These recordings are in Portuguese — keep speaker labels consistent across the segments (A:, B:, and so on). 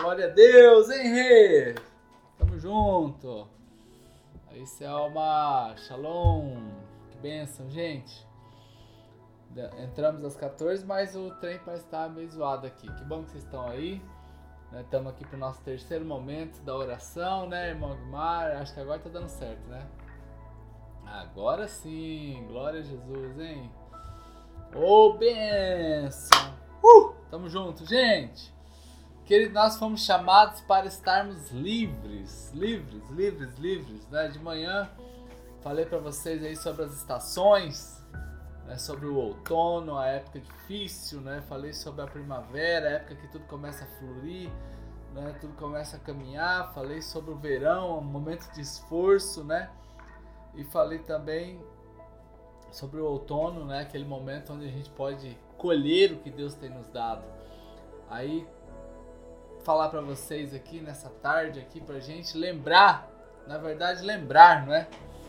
A: Glória a Deus, hein, Rê? Tamo junto. Aí, Selma, shalom. Que bênção, gente. Entramos às 14, mas o trem parece estar meio zoado aqui. Que bom que vocês estão aí. Estamos aqui pro nosso terceiro momento da oração, né, irmão Guimar? Acho que agora tá dando certo, né? Agora sim, glória a Jesus, hein? Ô, bênção! Tamo junto, gente! Querido, nós fomos chamados para estarmos livres, né? De manhã falei para vocês aí sobre as estações, né? Sobre o outono, a época difícil, né? Falei sobre a primavera, a época que tudo começa a florir, né? Tudo começa a caminhar. Falei sobre o verão, um momento de esforço, né? E falei também sobre o outono, né? Aquele momento onde a gente pode colher o que Deus tem nos dado. Aí falar para vocês aqui nessa tarde aqui pra gente lembrar, na verdade lembrar, não é?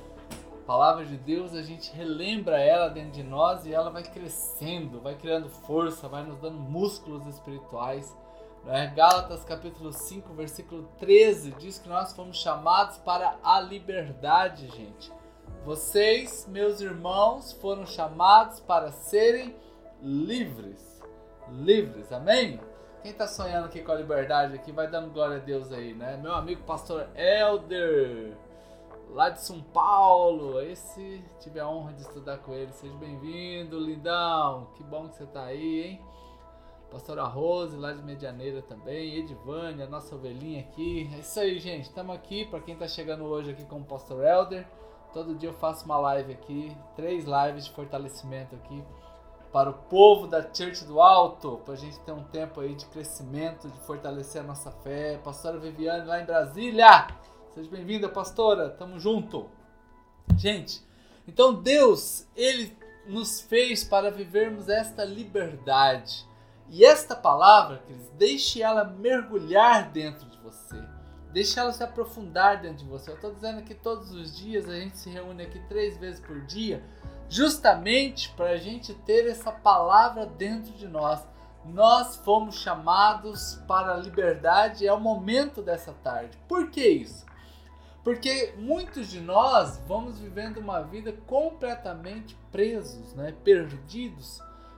A: A palavra de Deus, a gente relembra ela dentro de nós e ela vai crescendo, vai criando força, vai nos dando músculos espirituais. Não é? Gálatas capítulo 5, versículo 13 diz que nós fomos chamados para a liberdade, gente. Vocês, meus irmãos, foram chamados para serem livres. Livres, amém? Quem está sonhando aqui com a liberdade aqui, vai dando glória a Deus aí, né? Meu amigo pastor Elder, lá de São Paulo. Esse, tive a honra de estudar com ele. Seja bem-vindo, lindão. Que bom que você está aí, hein? Pastora Rose, lá de Medianeira também. Edivânia, nossa ovelhinha aqui. É isso aí, gente. Estamos aqui, para quem está chegando hoje aqui com o pastor Elder. Todo dia eu faço uma live aqui, 3 lives de fortalecimento aqui para o povo da Church do Alto, para a gente ter um tempo aí de crescimento, de fortalecer a nossa fé. Pastora Viviane lá em Brasília, seja bem-vinda, pastora, tamo junto. Gente, então Deus, Ele nos fez para vivermos esta liberdade. E esta palavra, queridos, deixe ela mergulhar dentro de você. Deixe ela se aprofundar dentro de você. Eu estou dizendo que todos os dias a gente se reúne aqui 3 vezes por dia, justamente para a gente ter essa palavra dentro de nós. Nós fomos chamados para a liberdade, é o momento dessa tarde. Por que isso? Porque muitos de nós vamos vivendo uma vida completamente presos, né? Perdidos,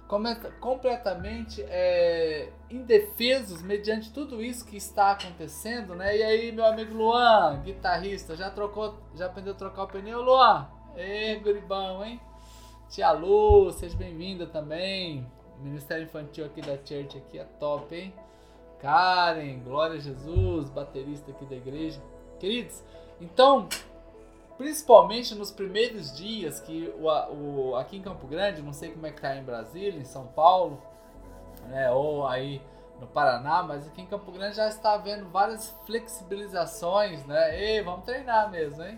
A: completamente indefesos mediante tudo isso que está acontecendo, né? E aí, meu amigo Luan, guitarrista, já aprendeu a trocar o pneu, Luan? Guribão, hein? Tia Lu, seja bem-vinda também. O Ministério Infantil aqui da Church aqui é top, hein? Karen, glória a Jesus, baterista aqui da igreja. Queridos, então, principalmente nos primeiros dias que aqui em Campo Grande, não sei como é que tá em Brasília, em São Paulo, né, ou aí no Paraná, mas aqui em Campo Grande já está havendo várias flexibilizações, né? Ei, vamos treinar mesmo, hein?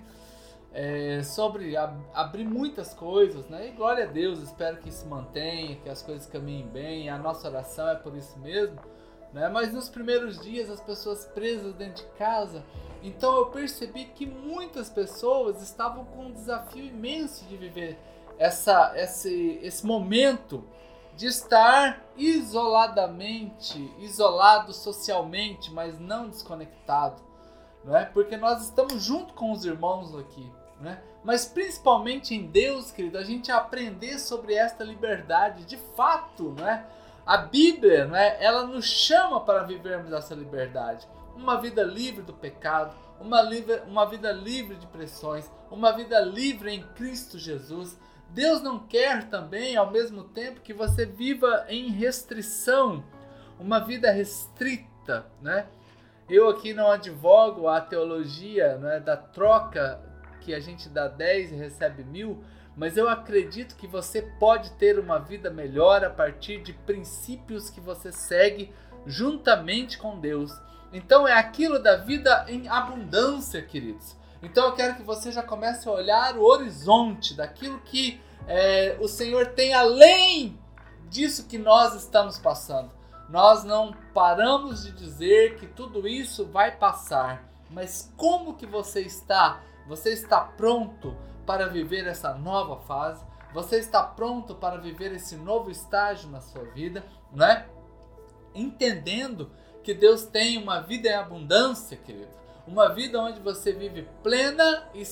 A: Sobre abrir muitas coisas, né? E glória a Deus, espero que se mantenha, que as coisas caminhem bem, a nossa oração é por isso mesmo, né? Mas nos primeiros dias as pessoas presas dentro de casa, então eu percebi que muitas pessoas estavam com um desafio imenso de viver esse momento de estar isolado socialmente, mas não desconectado, não é? Porque nós estamos junto com os irmãos aqui, né? Mas principalmente em Deus, querido, a gente aprender sobre esta liberdade de fato, né? A Bíblia, né, ela nos chama para vivermos essa liberdade, uma vida livre do pecado, uma vida livre de pressões, uma vida livre em Cristo Jesus. Deus não quer também, ao mesmo tempo, que você viva em restrição, uma vida restrita, né? Eu aqui não advogo a teologia, né, da troca, que a gente dá 10 e recebe 1000, mas eu acredito que você pode ter uma vida melhor a partir de princípios que você segue juntamente com Deus. Então é aquilo da vida em abundância, queridos. Então eu quero que você já comece a olhar o horizonte daquilo que o Senhor tem além disso que nós estamos passando. Nós não paramos de dizer que tudo isso vai passar, mas como que você está? Você está pronto para viver essa nova fase? Você está pronto para viver esse novo estágio na sua vida, né? Entendendo que Deus tem uma vida em abundância, querido. Uma vida onde você vive plena e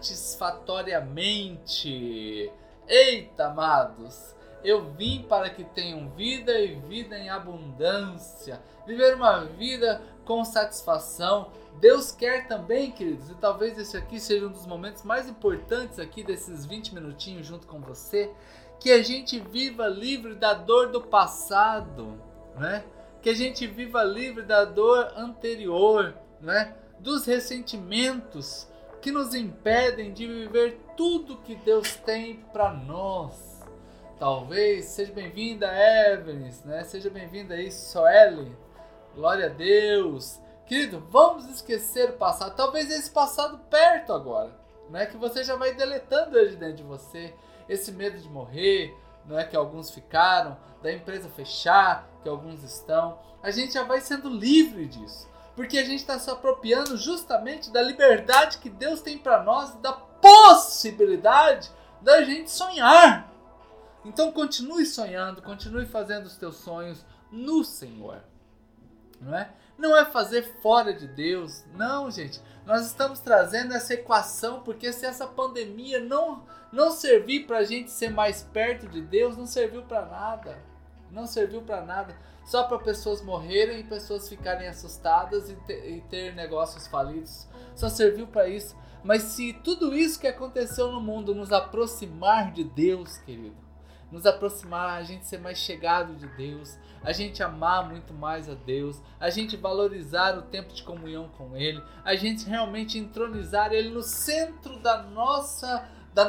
A: satisfatoriamente. Eita, amados, eu vim para que tenham vida e vida em abundância. Viver uma vida com satisfação. Deus quer também, queridos, e talvez esse aqui seja um dos momentos mais importantes aqui desses 20 minutinhos junto com você, que a gente viva livre da dor do passado, né? Que a gente viva livre da dor anterior, né? Dos ressentimentos que nos impedem de viver tudo que Deus tem para nós. Talvez, seja bem-vinda, Evelyn, né? Seja bem-vinda aí, Soeli. Glória a Deus. Querido, vamos esquecer o passado. Talvez esse passado perto agora, né? Que você já vai deletando ele dentro de você. Esse medo de morrer, não é, que alguns ficaram, da empresa fechar, que alguns estão. A gente já vai sendo livre disso. Porque a gente está se apropriando justamente da liberdade que Deus tem para nós, da possibilidade da gente sonhar. Então continue sonhando, continue fazendo os teus sonhos no Senhor. Não é? Não é fazer fora de Deus. Não, gente. Nós estamos trazendo essa equação, porque se essa pandemia não servir para a gente ser mais perto de Deus, não serviu para nada. Não serviu para nada. Só para pessoas morrerem e pessoas ficarem assustadas e ter negócios falidos. Só serviu para isso. Mas se tudo isso que aconteceu no mundo nos aproximar de Deus, querido, nos aproximar, a gente ser mais chegado de Deus, a gente amar muito mais a Deus, a gente valorizar o tempo de comunhão com Ele, a gente realmente entronizar Ele no centro da nossa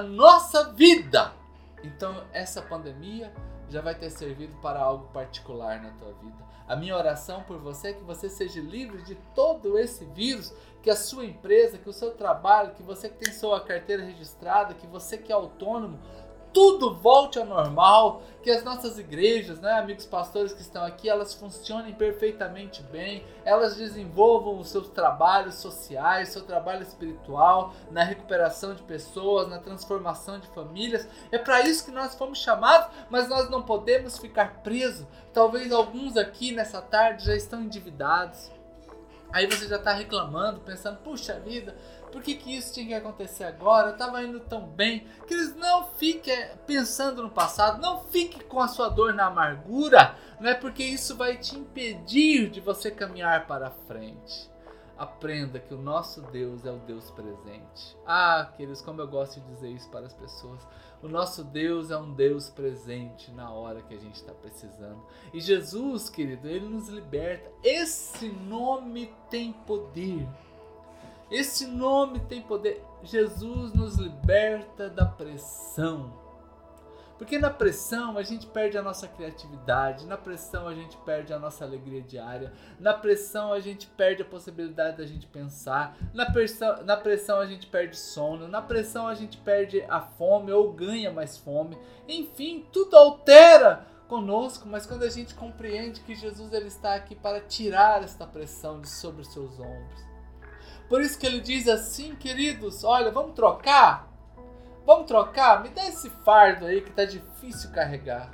A: vida. Então essa pandemia já vai ter servido para algo particular na tua vida. A minha oração por você é que você seja livre de todo esse vírus, que a sua empresa, que o seu trabalho, que você que tem sua carteira registrada, que você que é autônomo, tudo volte ao normal, que as nossas igrejas, né, amigos pastores que estão aqui, elas funcionem perfeitamente bem, elas desenvolvam os seus trabalhos sociais, seu trabalho espiritual, na recuperação de pessoas, na transformação de famílias. É para isso que nós fomos chamados, mas nós não podemos ficar presos. Talvez alguns aqui nessa tarde já estão endividados. Aí você já está reclamando, pensando, puxa vida, por que isso tinha que acontecer agora? Eu estava indo tão bem. Queridos, não fique pensando no passado, não fique com a sua dor na amargura, não é, porque isso vai te impedir de você caminhar para frente. Aprenda que o nosso Deus é o Deus presente. Ah, queridos, como eu gosto de dizer isso para as pessoas. O nosso Deus é um Deus presente na hora que a gente está precisando. E Jesus, querido, Ele nos liberta. Esse nome tem poder. Esse nome tem poder. Jesus nos liberta da pressão. Porque na pressão a gente perde a nossa criatividade, na pressão a gente perde a nossa alegria diária, na pressão a gente perde a possibilidade da gente pensar, na pressão a gente perde sono, na pressão a gente perde a fome ou ganha mais fome. Enfim, tudo altera conosco, mas quando a gente compreende que Jesus ele está aqui para tirar esta pressão de sobre os seus ombros. Por isso que ele diz assim, queridos, olha, vamos trocar? Vamos trocar? Me dá esse fardo aí que tá difícil carregar.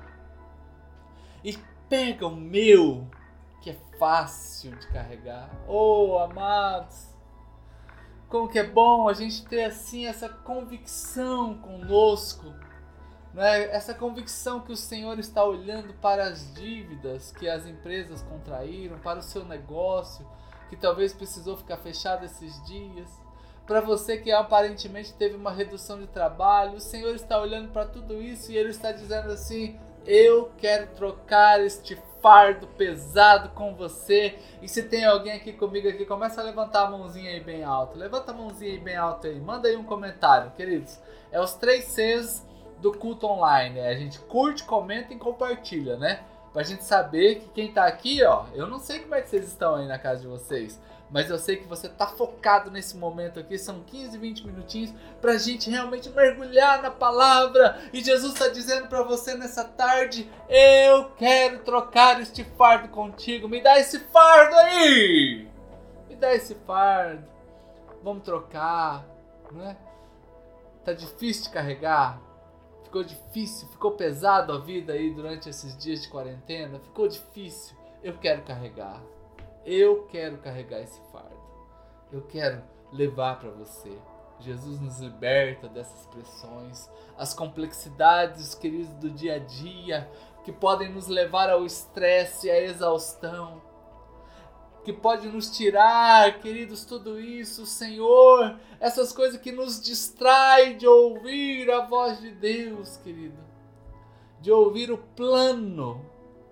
A: E pega o meu, que é fácil de carregar. Oh, amados, como que é bom a gente ter assim essa convicção conosco, né? Essa convicção que o Senhor está olhando para as dívidas que as empresas contraíram, para o seu negócio, que talvez precisou ficar fechado esses dias. Para você que aparentemente teve uma redução de trabalho, o Senhor está olhando para tudo isso e Ele está dizendo assim, eu quero trocar este fardo pesado com você. E se tem alguém aqui comigo aqui, começa a levantar a mãozinha aí bem alto. Levanta a mãozinha aí bem alto aí. Manda aí um comentário, queridos. É os 3 Cs do culto online. A gente curte, comenta e compartilha, né? Pra gente saber que quem tá aqui, ó, eu não sei como é que vocês estão aí na casa de vocês, mas eu sei que você tá focado nesse momento aqui, são 15, 20 minutinhos pra gente realmente mergulhar na palavra. E Jesus tá dizendo pra você nessa tarde, eu quero trocar este fardo contigo, me dá esse fardo aí! Me dá esse fardo, vamos trocar, né? Tá difícil de carregar? Ficou difícil, ficou pesado a vida aí durante esses dias de quarentena? Ficou difícil? Eu quero carregar. Eu quero carregar esse fardo. Eu quero levar para você. Jesus nos liberta dessas pressões, as complexidades, queridos, do dia a dia, que podem nos levar ao estresse e à exaustão, que pode nos tirar, queridos, tudo isso, Senhor, essas coisas que nos distraem de ouvir a voz de Deus, querido, de ouvir o plano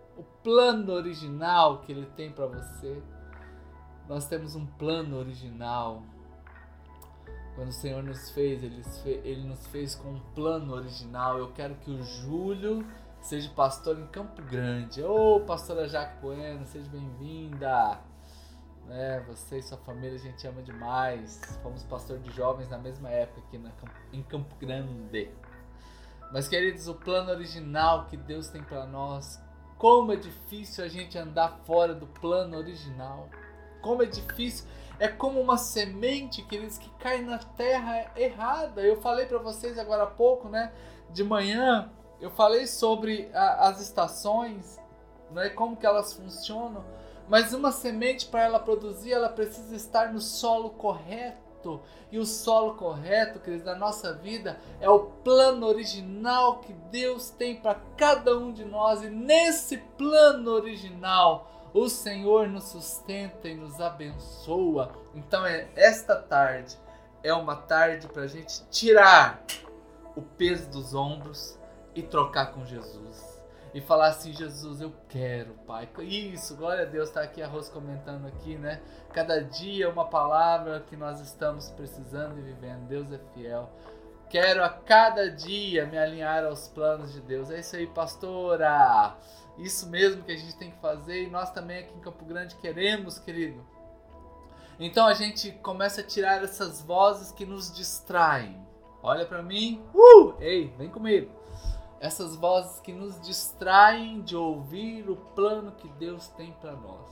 A: original que Ele tem para você. Nós temos um plano original. Quando o Senhor nos fez, Ele nos fez com um plano original. Eu quero que o Júlio seja pastor em Campo Grande. Ô, pastora Jaque Bueno, seja bem-vinda. Você e sua família a gente ama demais. Fomos pastor de jovens na mesma época aqui em Campo Grande. Mas, queridos, o plano original que Deus tem para nós, como é difícil a gente andar fora do plano original. Como é difícil. É como uma semente, queridos, que cai na terra errada. Eu falei para vocês agora há pouco, de manhã, eu falei sobre as estações, como que elas funcionam. Mas uma semente, para ela produzir, ela precisa estar no solo correto. E o solo correto, queridos, da nossa vida é o plano original que Deus tem para cada um de nós. E nesse plano original, o Senhor nos sustenta e nos abençoa. Então esta tarde é uma tarde para a gente tirar o peso dos ombros e trocar com Jesus. E falar assim: Jesus, eu quero, Pai. Isso, glória a Deus, está aqui a Rose comentando aqui, Cada dia uma palavra que nós estamos precisando e vivendo. Deus é fiel. Quero a cada dia me alinhar aos planos de Deus. É isso aí, pastora. Isso mesmo que a gente tem que fazer, e nós também aqui em Campo Grande queremos, querido. Então a gente começa a tirar essas vozes que nos distraem. Olha para mim. Ei, vem comigo. Essas vozes que nos distraem de ouvir o plano que Deus tem para nós.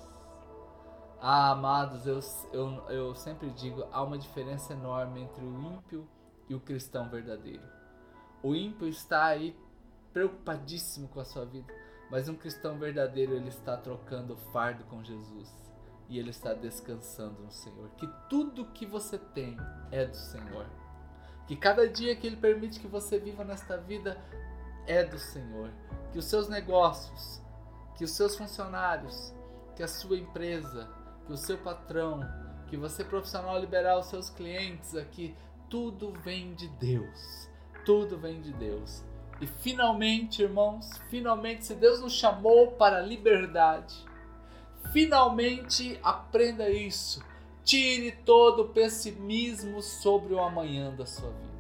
A: Amados, eu sempre digo, há uma diferença enorme entre o ímpio e o cristão verdadeiro. O ímpio está aí preocupadíssimo com a sua vida. Mas um cristão verdadeiro, ele está trocando o fardo com Jesus. E ele está descansando no Senhor. Que tudo que você tem é do Senhor. Que cada dia que Ele permite que você viva nesta vida é do Senhor. Que os seus negócios, que os seus funcionários, que a sua empresa, que o seu patrão, que você profissional liberar os seus clientes aqui, tudo vem de Deus. Tudo vem de Deus. E finalmente, irmãos, se Deus nos chamou para a liberdade, finalmente aprenda isso. Tire todo o pessimismo sobre o amanhã da sua vida.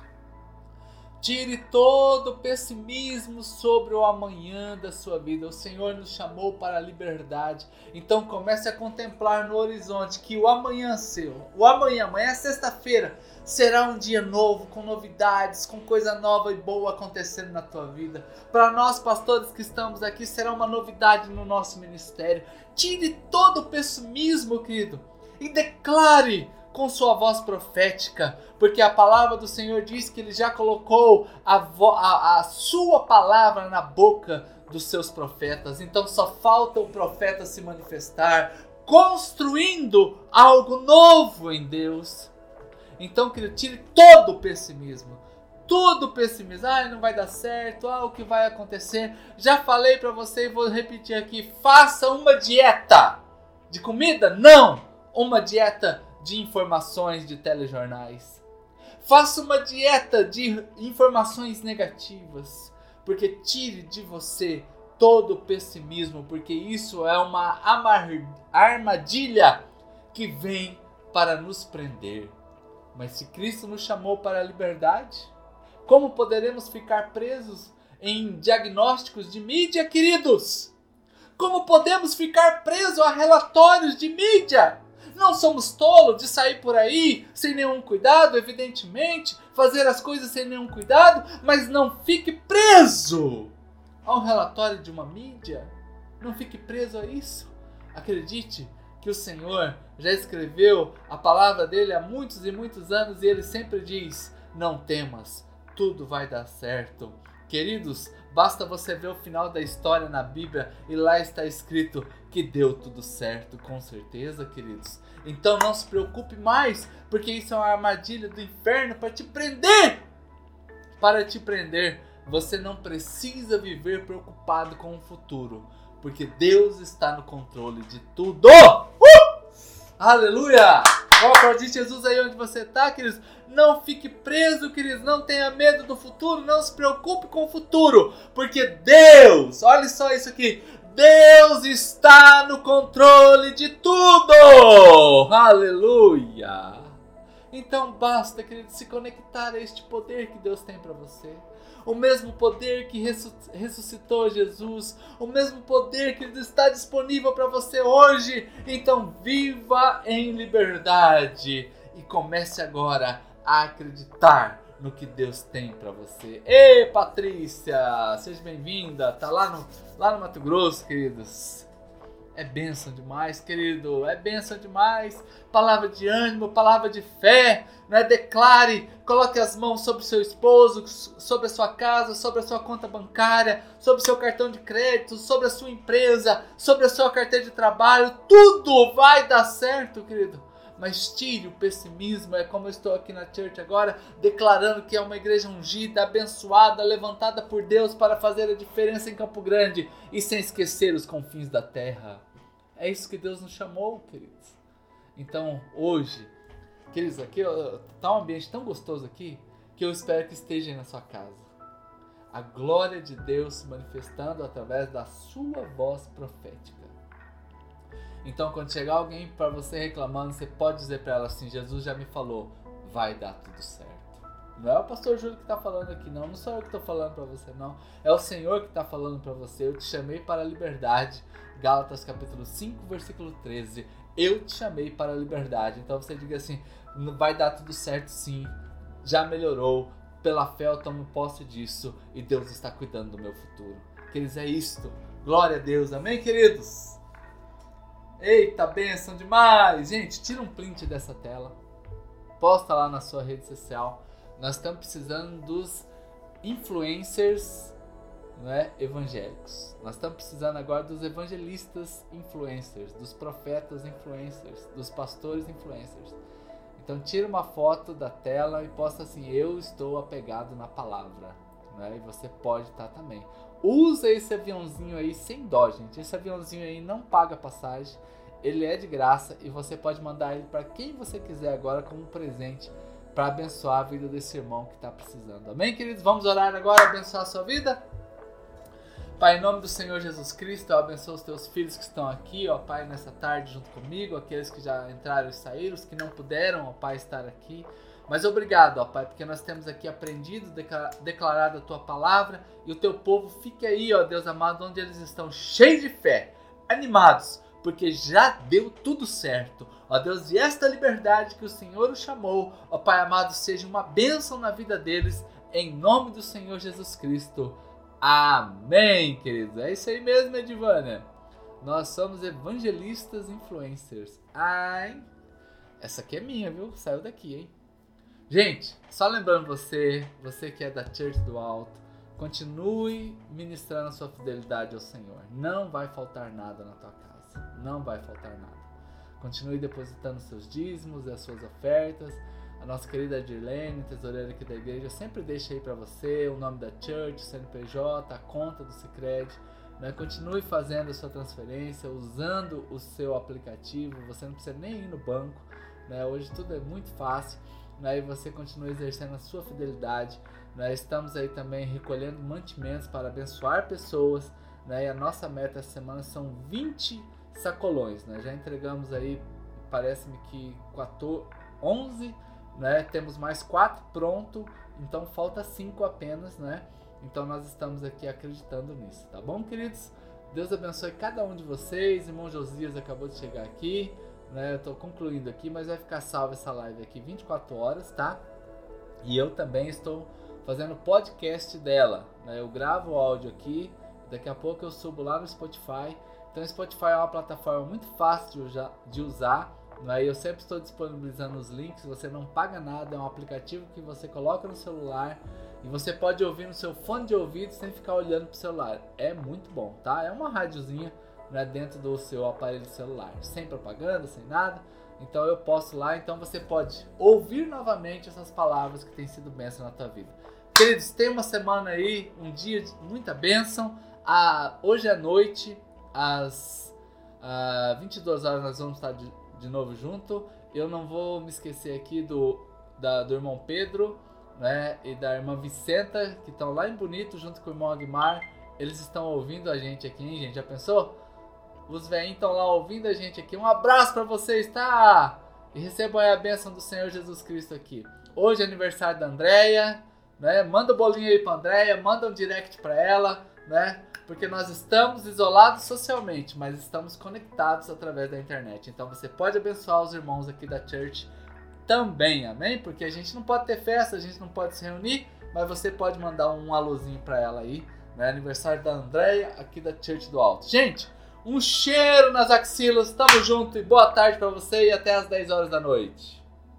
A: Tire todo o pessimismo sobre o amanhã da sua vida. O Senhor nos chamou para a liberdade. Então comece a contemplar no horizonte que o amanhã seu, amanhã é sexta-feira, será um dia novo, com novidades, com coisa nova e boa acontecendo na tua vida. Para nós, pastores que estamos aqui, será uma novidade no nosso ministério. Tire todo o pessimismo, querido, e declare com sua voz profética, porque a palavra do Senhor diz que Ele já colocou a sua palavra na boca dos seus profetas. Então só falta o profeta se manifestar, construindo algo novo em Deus. Então, querido, tire todo o pessimismo. Todo o pessimismo. Não vai dar certo. O que vai acontecer? Já falei para você e vou repetir aqui. Faça uma dieta de comida? Não! Uma dieta de informações de telejornais. Faça uma dieta de informações negativas. Porque tire de você todo o pessimismo. Porque isso é uma armadilha que vem para nos prender. Mas se Cristo nos chamou para a liberdade, como poderemos ficar presos em diagnósticos de mídia, queridos? Como podemos ficar presos a relatórios de mídia? Não somos tolos de sair por aí sem nenhum cuidado, evidentemente, fazer as coisas sem nenhum cuidado, mas não fique preso ao relatório de uma mídia. Não fique preso a isso. Acredite que o Senhor já escreveu a palavra dele há muitos e muitos anos e ele sempre diz: não temas, tudo vai dar certo. Queridos, basta você ver o final da história na Bíblia e lá está escrito que deu tudo certo, com certeza, queridos. Então não se preocupe mais, porque isso é uma armadilha do inferno para te prender. Para te prender, você não precisa viver preocupado com o futuro, porque Deus está no controle de tudo. Aleluia! Vamos aplaudir Jesus aí onde você está, queridos. Não fique preso, queridos. Não tenha medo do futuro. Não se preocupe com o futuro. Porque Deus, olha só isso aqui. Deus está no controle de tudo. Aleluia! Então basta, queridos, se conectar a este poder que Deus tem para você. O mesmo poder que ressuscitou Jesus, o mesmo poder que está disponível para você hoje. Então viva em liberdade e comece agora a acreditar no que Deus tem para você. Ei, Patrícia, seja bem-vinda. Tá lá no Mato Grosso, queridos. É bênção demais, querido. É bênção demais. Palavra de ânimo, palavra de fé. Né? Declare, coloque as mãos sobre o seu esposo, sobre a sua casa, sobre a sua conta bancária, sobre o seu cartão de crédito, sobre a sua empresa, sobre a sua carteira de trabalho. Tudo vai dar certo, querido. Mas tire o pessimismo. É como eu estou aqui na church agora, declarando que é uma igreja ungida, abençoada, levantada por Deus para fazer a diferença em Campo Grande e sem esquecer os confins da terra. É isso que Deus nos chamou, queridos. Então, hoje, queridos, aqui está um ambiente tão gostoso aqui que eu espero que esteja aí na sua casa. A glória de Deus se manifestando através da sua voz profética. Então, quando chegar alguém para você reclamando, você pode dizer para ela assim: Jesus já me falou, vai dar tudo certo. Não é o pastor Júlio que está falando aqui, não. Não sou eu que estou falando para você, não. É o Senhor que está falando para você. Eu te chamei para a liberdade. Gálatas capítulo 5, versículo 13. Eu te chamei para a liberdade. Então você diga assim: vai dar tudo certo sim. Já melhorou. Pela fé eu tomo posse disso. E Deus está cuidando do meu futuro. Queridos, é isto. Glória a Deus. Amém, queridos? Eita, bênção demais! Gente, tira um print dessa tela. Posta lá na sua rede social. Nós estamos precisando dos influencers, né, evangélicos. Nós estamos precisando agora dos evangelistas influencers, dos profetas influencers, dos pastores influencers. Então tira uma foto da tela e posta assim: eu estou apegado na palavra. Né? E você pode estar também. Usa esse aviãozinho aí sem dó, gente. Esse aviãozinho aí não paga passagem. Ele é de graça e você pode mandar ele para quem você quiser agora como presente para abençoar a vida desse irmão que está precisando. Amém, queridos? Vamos orar agora, abençoar a sua vida? Pai, em nome do Senhor Jesus Cristo, eu abençoo os teus filhos que estão aqui, ó Pai, nessa tarde junto comigo, aqueles que já entraram e saíram, os que não puderam, ó Pai, estar aqui. Mas obrigado, ó Pai, porque nós temos aqui aprendido, declarado a Tua palavra e o Teu povo fique aí, ó Deus amado, onde eles estão cheios de fé, animados, porque já deu tudo certo. Ó Deus, e esta liberdade que o Senhor os chamou, ó Pai amado, seja uma bênção na vida deles, em nome do Senhor Jesus Cristo. Amém, queridos. É isso aí mesmo, Edivânia. Nós somos evangelistas influencers. Ai, essa aqui é minha, viu? Saiu daqui, hein? Gente, só lembrando você que é da Church do Alto, continue ministrando a sua fidelidade ao Senhor. Não vai faltar nada na tua casa. Não vai faltar nada. Continue depositando seus dízimos e as suas ofertas. A nossa querida Dirlene, tesoureira aqui da igreja, sempre deixa aí para você o nome da Church, o CNPJ, a conta do Sicredi. Né? Continue fazendo a sua transferência, usando o seu aplicativo. Você não precisa nem ir no banco. Né? Hoje tudo é muito fácil. Né? E você continua exercendo a sua fidelidade. Né? Estamos aí também recolhendo mantimentos para abençoar pessoas. Né? E a nossa meta essa semana são 20 sacolões. Né? Já entregamos aí, parece-me que 11, né? Temos mais 4 pronto, então falta 5 apenas, né? Então nós estamos aqui acreditando nisso, tá bom, queridos? Deus abençoe cada um de vocês. Irmão Josias acabou de chegar aqui, né? Eu estou concluindo aqui, mas vai ficar salva essa live aqui 24 horas, tá? E eu também estou fazendo podcast dela, né? Eu gravo o áudio aqui, daqui a pouco eu subo lá no Spotify. Então o Spotify é uma plataforma muito fácil de usar, Né? Eu sempre estou disponibilizando os links, você não paga nada, é um aplicativo que você coloca no celular e você pode ouvir no seu fone de ouvido sem ficar olhando pro celular. É muito bom, tá? É uma rádiozinha, né, dentro do seu aparelho celular, sem propaganda, sem nada. Então eu posto lá, então você pode ouvir novamente essas palavras que têm sido bênção na tua vida. Queridos, tem uma semana aí, um dia de muita bênção. Hoje à noite, às 22 horas, nós vamos estar de novo junto. Eu não vou me esquecer aqui do irmão Pedro, né, e da irmã Vicenta, que estão lá em Bonito, junto com o irmão Aguimar. Eles estão ouvindo a gente aqui, hein, gente? Já pensou? Os velhinhos estão lá ouvindo a gente aqui. Um abraço para vocês, tá? E recebam aí a bênção do Senhor Jesus Cristo aqui. Hoje é aniversário da Andréia, né? Manda o bolinho aí pra Andréia, manda um direct para ela, né? Porque nós estamos isolados socialmente, mas estamos conectados através da internet. Então você pode abençoar os irmãos aqui da Church também, amém? Porque a gente não pode ter festa, a gente não pode se reunir, mas você pode mandar um alôzinho para ela aí, né? Aniversário da Andréia aqui da Church do Alto. Gente, um cheiro nas axilas, tamo junto e boa tarde para você e até às 10 horas da noite.